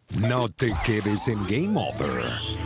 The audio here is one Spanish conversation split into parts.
No te quedes en Game Over.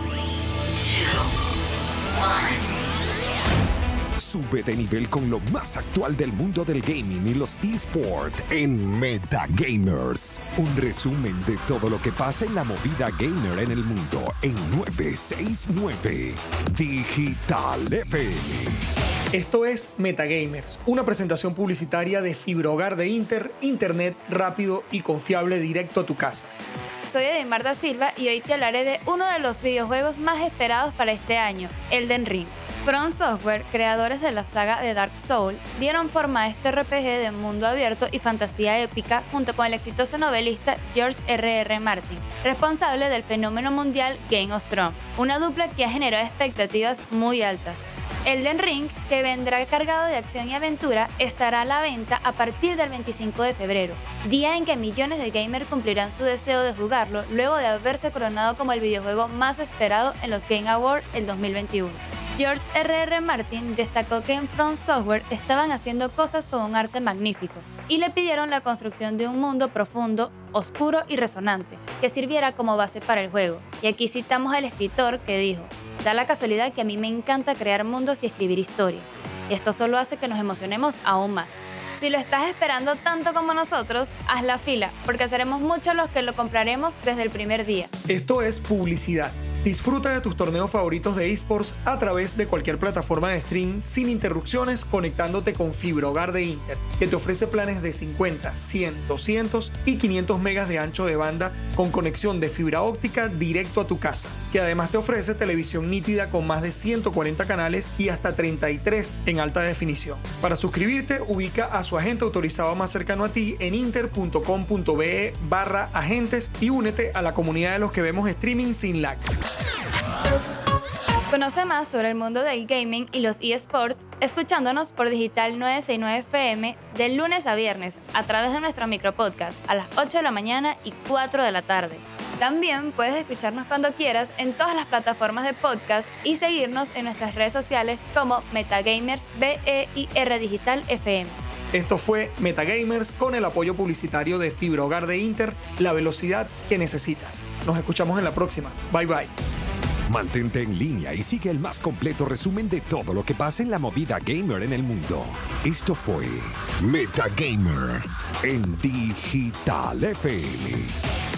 Sube de nivel con lo más actual del mundo del gaming y los eSports en Metagamers. Un resumen de todo lo que pasa en la movida gamer en el mundo en 969 Digital FM. Esto es Metagamers, una presentación publicitaria de FibraHogar de Inter, internet rápido y confiable directo a tu casa. Soy Edimar da Silva y hoy te hablaré de uno de los videojuegos más esperados para este año, Elden Ring. From Software, creadores de la saga de Dark Souls, dieron forma a este RPG de mundo abierto y fantasía épica junto con el exitoso novelista George R.R. Martin, responsable del fenómeno mundial Game of Thrones, una dupla que ha generado expectativas muy altas. Elden Ring, que vendrá cargado de acción y aventura, estará a la venta a partir del 25 de febrero, día en que millones de gamers cumplirán su deseo de jugarlo luego de haberse coronado como el videojuego más esperado en los Game Awards el 2021. George R.R. Martin destacó que en From Software estaban haciendo cosas con un arte magnífico y le pidieron la construcción de un mundo profundo, oscuro y resonante, que sirviera como base para el juego. Y aquí citamos al escritor que dijo: "Da la casualidad que a mí me encanta crear mundos y escribir historias. Y esto solo hace que nos emocionemos aún más. Si lo estás esperando tanto como nosotros, haz la fila, porque seremos muchos los que lo compraremos desde el primer día". Esto es publicidad. Disfruta de tus torneos favoritos de eSports a través de cualquier plataforma de stream sin interrupciones conectándote con FibraHogar de Inter, que te ofrece planes de 50, 100, 200 y 500 megas de ancho de banda con conexión de fibra óptica directo a tu casa, que además te ofrece televisión nítida con más de 140 canales y hasta 33 en alta definición. Para suscribirte, ubica a su agente autorizado más cercano a ti en inter.com.be/agentes y únete a la comunidad de los que vemos streaming sin lag. Conoce más sobre el mundo del gaming y los eSports escuchándonos por Digital 969 FM de lunes a viernes a través de nuestro micropodcast a las 8 de la mañana y 4 de la tarde. También puedes escucharnos cuando quieras en todas las plataformas de podcast y seguirnos en nuestras redes sociales como Metagamers BEIR Digital FM. Esto fue Metagamers con el apoyo publicitario de FibraHogar de Inter, la velocidad que necesitas. Nos escuchamos en la próxima. Bye bye. Mantente en línea y sigue el más completo resumen de todo lo que pasa en la movida gamer en el mundo. Esto fue Metagamer en Digital FM.